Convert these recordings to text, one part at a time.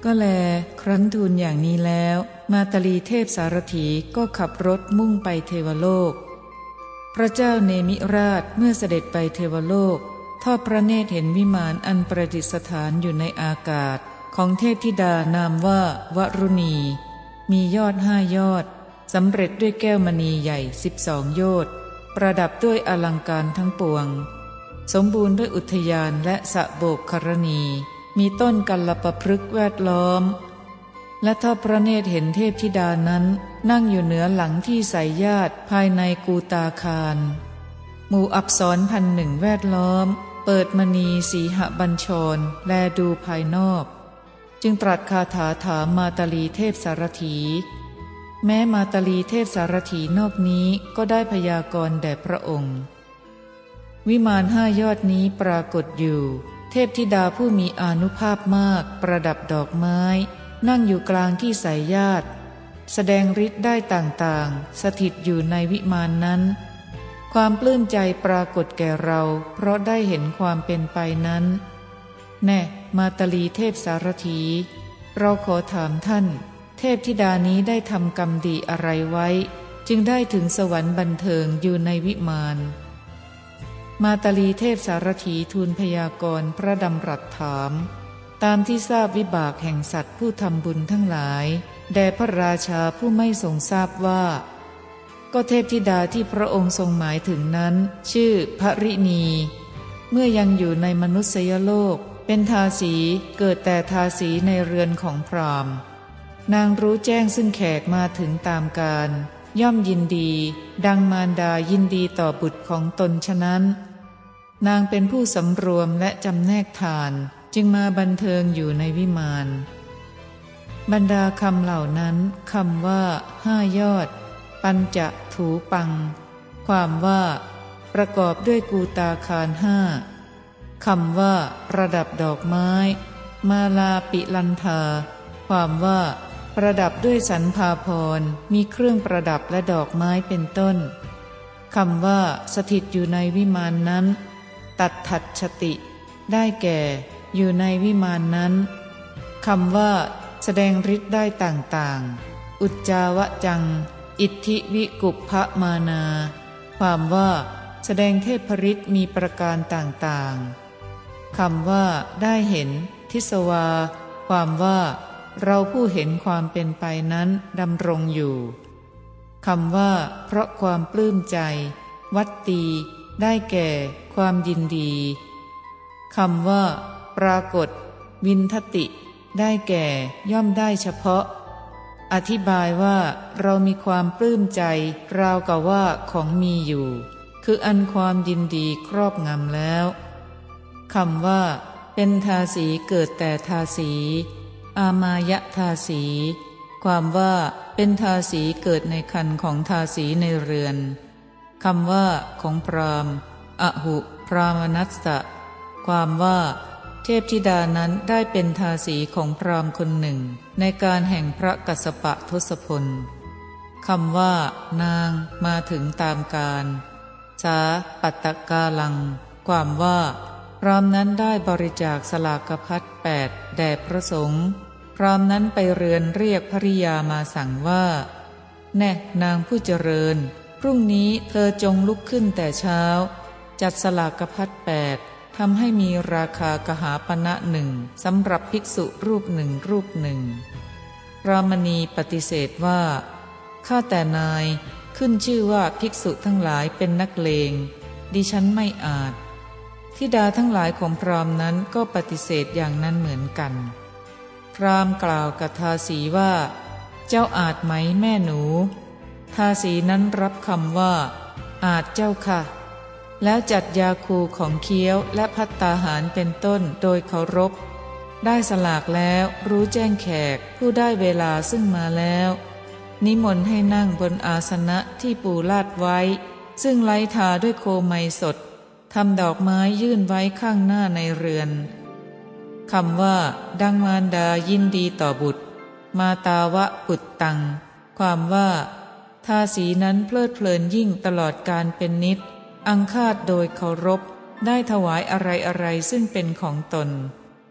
ก็แลครั้นทูลอย่างนี้แล้วมาตลีเทพสารถีก็ขับรถมุ่งไปเทวโลกพระเจ้าเนมิราชเมื่อเสด็จไปเทวโลกทอดพระเนตรเห็นวิมานอันประดิษฐานอยู่ในอากาศของเทพธิดานามว่าวรุณีมียอด5 ยอดสำเร็จด้วยแก้วมณีใหญ่12 โยชน์ประดับด้วยอลังการทั้งปวงสมบูรณ์ด้วยอุทยานและสระโบกครณีมีต้นกัลลปพฤกษ์แวดล้อมและทอดพระเนตรเห็นเทพธิดานั้นนั่งอยู่เหนือหลังที่ใส่ญาติภายในกูตาคารหมู่อัปสร1,000 แวดล้อมเปิดมณีสีหบัญชรแลดูภายนอกจึงตรัสคาถาถามมาตลีเทพสารถีแม้มาตลีเทพสารถีนอกนี้ก็ได้พยากรณ์แด่พระองค์วิมาน5 ยอดนี้ปรากฏอยู่เทพธิดาผู้มีอานุภาพมากประดับดอกไม้นั่งอยู่กลางที่ใส่ญาติแสดงฤทธิ์ได้ต่างๆสถิตอยู่ในวิมานนั้นความปลื้มใจปรากฏแก่เราเพราะได้เห็นความเป็นไปนั้นแน่มาตลีเทพสารถีเราขอถามท่านเทพธิดานี้ได้ทำกรรมดีอะไรไว้จึงได้ถึงสวรรค์บันเทิงอยู่ในวิมานมาตลีเทพสารถีทูลพยากรณ์พระดำรัสถามตามที่ทราบวิบากแห่งสัตว์ผู้ทำบุญทั้งหลายแด่พระราชาผู้ไม่ทรงทราบว่าก็เทพธิดาที่พระองค์ทรงหมายถึงนั้นชื่อภริณีเมื่อยังอยู่ในมนุษยโลกเป็นทาสีเกิดแต่ทาสีในเรือนของพราหมณ์นางรู้แจ้งซึ่งแขกมาถึงตามกาลย่อมยินดีดังมารดายินดีต่อบุตรของตนฉะนั้นนางเป็นผู้สำรวมและจำแนกทานจึงมาบันเทิงอยู่ในวิมานบรรดาคำเหล่านั้นคำว่า5 ยอดปัญจถูปังความว่าประกอบด้วยกูตาคาร5คำว่าประดับดอกไม้มาลาปิลันธาความว่าประดับด้วยสันภาพรมีเครื่องประดับและดอกไม้เป็นต้นคำว่าสถิตอยู่ในวิมานนั้นตัดถัดชติได้แก่อยู่ในวิมานนั้นคำว่าแสดงฤทธิ์ได้ต่างๆอุจจาวจังอิทธิวิกุปภมานาความว่าแสดงเทพฤทธิ์มีประการต่างๆคำว่าได้เห็นทิสวาความว่าเราผู้เห็นความเป็นไปนั้นดำรงอยู่คำว่าเพราะความปลื้มใจวัตตีได้แก่ความยินดีคำว่าปรากฏวินทติได้แก่ย่อมได้เฉพาะอธิบายว่าเรามีความปลื้มใจราวกับว่าของมีอยู่คืออันความยินดีครอบงำแล้วคำว่าเป็นทาสีเกิดแต่ทาสีอามายะทาสีความว่าเป็นทาสีเกิดในคันของทาสีในเรือนคำว่าของพราหมณ์อหุพรามนัสสะความว่าเทพธิดานั้นได้เป็นทาสีของพราหมณ์คนหนึ่งในการแห่งพระกัสสปะทศพลคำว่านางมาถึงตามกาลสาปัตตกาลังความว่าพราหมณ์นั้นได้บริจาคสลากพัด8แด่พระสงฆ์พราหมณ์นั้นไปเรือนเรียกภริยามาสั่งว่าแน่นางผู้เจริญพรุ่งนี้เธอจงลุกขึ้นแต่เช้าจัดสลากพัด8ทำให้มีราคากหาปณะ1สำหรับภิกษุรูปหนึ่งพระมณีปฏิเสธว่าข้าแต่นายขึ้นชื่อว่าภิกษุทั้งหลายเป็นนักเลงดิฉันไม่อาจธิดาทั้งหลายของพราหมณ์นั้นก็ปฏิเสธอย่างนั้นเหมือนกันพราหมณ์กล่าวกับทาสีว่าเจ้าอาจไหมแม่หนูทาสีนั้นรับคำว่าอาจเจ้าค่ะแล้วจัดยาคูของเคี้ยวและภัตตาหารเป็นต้นโดยเคารพได้สลากแล้วรู้แจ้งแขกผู้ได้เวลาซึ่งมาแล้วนิมนต์ให้นั่งบนอาสนะที่ปูลาดไว้ซึ่งไล้ทาด้วยโคไมสดทำดอกไม้ยื่นไว้ข้างหน้าในเรือนคำว่าดังมารดายินดีต่อบุตรมาตาวะปุตตังความว่าทาสีนั้นเพลิดเพลินยิ่งตลอดการเป็นนิจอังคาดโดยเคารพได้ถวายอะไรซึ่งเป็นของตน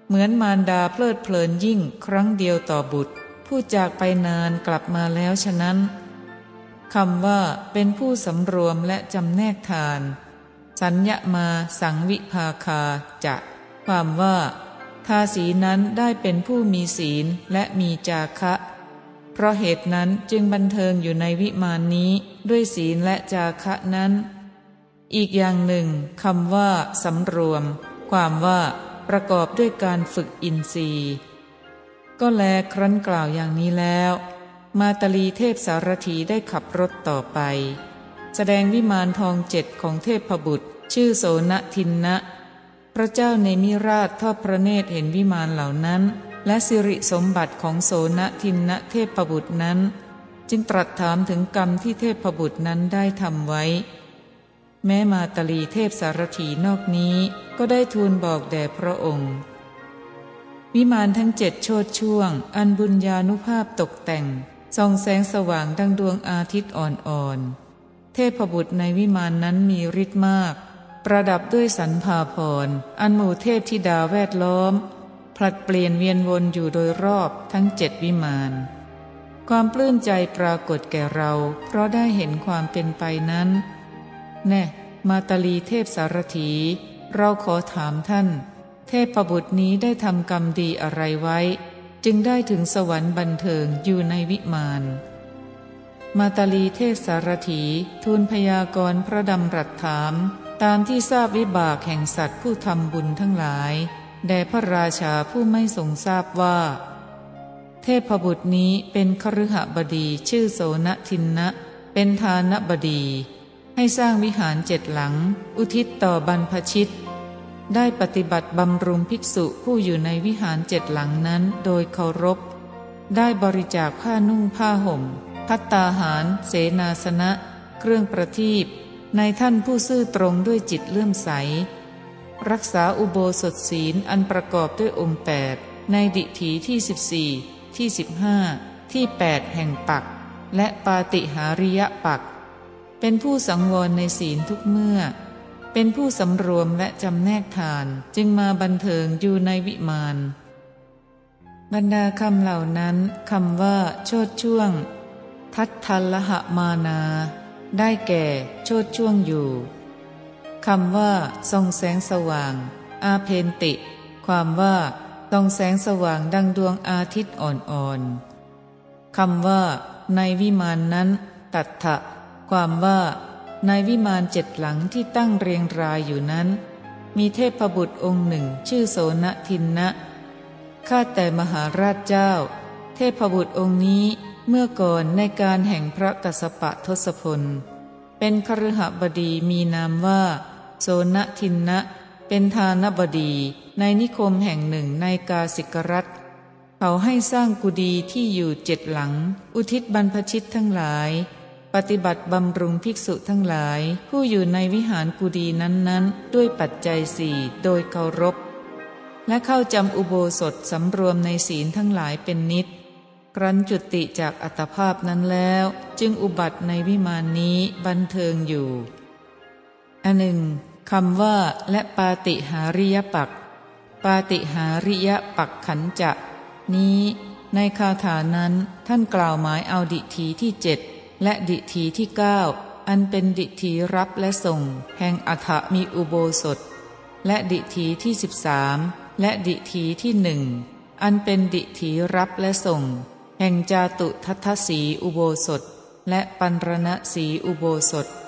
เหมือนมารดาเพลิดเพลินยิ่งครั้งเดียวต่อบุตรผู้จากไปนานกลับมาแล้วฉะนั้นคำว่าเป็นผู้สำรวมและจำแนกทานสัญญมาสังวิภาคาจะความว่าทาสีนั้นได้เป็นผู้มีศีลและมีจาคะเพราะเหตุนั้นจึงบันเทิงอยู่ในวิมานนี้ด้วยศีลและจาคะนั้นอีกอย่างหนึ่งคำว่าสำรวมความว่าประกอบด้วยการฝึกอินทรีย์ก็แลครั้นกล่าวอย่างนี้แล้วมาตลีเทพสารถีได้ขับรถต่อไปแสดงวิมานทอง7ของเทพบุตรชื่อโสนทินนะพระเจ้าเนมิราชทอดพระเนตรเห็นวิมานเหล่านั้นและสิริสมบัติของโสนทินนะเทพบุตรนั้นจึงตรัสถามถึงกรรมที่เทพบุตรนั้นได้ทำไว้แม้มาตลีเทพสารถีนอกนี้ก็ได้ทูลบอกแด่พระองค์วิมานทั้ง7โชติช่วงอันบุญญานุภาพตกแต่งส่องแสงสว่างดังดวงอาทิตย์อ่อนๆเทพบุตรในวิมานนั้นมีฤทธิ์มากประดับด้วยสรรพาภรณ์อันหมู่เทพธิดาแวดล้อมผลัดเปลี่ยนเวียนวนอยู่โดยรอบทั้ง7วิมานความปลื้มใจปรากฏแก่เราเพราะได้เห็นความเป็นไปนั้นแน่มาตลีเทพสารถีเราขอถามท่านเทพบุตรนี้ได้ทำกรรมดีอะไรไว้จึงได้ถึงสวรรค์บันเทิงอยู่ในวิมานมาตลีเทพสารถีทูลพยากรณ์พระดำรัสถามตามที่ทราบวิบากแห่งสัตว์ผู้ทำบุญทั้งหลายแด่พระราชาผู้ไม่ทรงทราบว่าเทพบุตรนี้เป็นคฤหบดีชื่อโสนทินนะเป็นทานบดีให้สร้างวิหาร7หลังอุทิศต่อบรรพชิตได้ปฏิบัติบำรุงภิกษุผู้อยู่ในวิหาร7หลังนั้นโดยเคารพได้บริจาคผ้านุ่งผ้าห่มภัตตาหารเสนาสนะเครื่องประทีปในท่านผู้ซื่อตรงด้วยจิตเลื่อมใสรักษาอุโบสถศีลอันประกอบด้วยองค์8ในดิถีที่14ที่15ที่8แห่งปักและปาติหาริยปักเป็นผู้สังวรในศีลทุกเมื่อเป็นผู้สำรวมและจำแนกทานจึงมาบันเทิงอยู่ในวิมานบรรดาคำเหล่านั้นคำว่าโชติช่วงทัตทัลลหมานาได้แก่โชติช่วงอยู่คำว่าส่องแสงสว่างอาเพนติความว่าส่องแสงสว่างดังดวงอาทิตย์อ่อนๆคำว่าในวิมานนั้นตัทธะความว่าในวิมาน7หลังที่ตั้งเรียงรายอยู่นั้นมีเทพบุตรองค์หนึ่งชื่อโสนทินนะข้าแต่มหาราชเจ้าเทพบุตรองค์นี้เมื่อก่อนในการแห่งพระกัสสปะทศพลเป็นคฤหบดีมีนามว่าโสนทินนะเป็นทานบดีในนิคมแห่งหนึ่งในกาสิกรัฐเขาให้สร้างกุฏิที่อยู่7หลังอุทิศบรรพชิตทั้งหลายปฏิบัติบำรุงภิกษุทั้งหลายผู้อยู่ในวิหารกุฏินั้นๆด้วยปัจจัย4โดยเคารพและเข้าจำอุโบสถสำรวมในศีลทั้งหลายเป็นนิจครั้นจุติจากอัตภาพนั้นแล้วจึงอุบัติในวิมานนี้บันเทิงอยู่อันหนึ่งคำว่าและปาติหาริยปักปาติหาริยปักขันจะนี้ในคาถานั้นท่านกล่าวหมายเอาดิถีที่7และดิถีที่9อันเป็นดิถีรับและส่งแห่งอัฐมีอุโบสถและดิถีที่13และดิถีที่1อันเป็นดิถีรับและส่งแห่งจาตุทัทธสีอุโบสถและปันรณสีอุโบสถ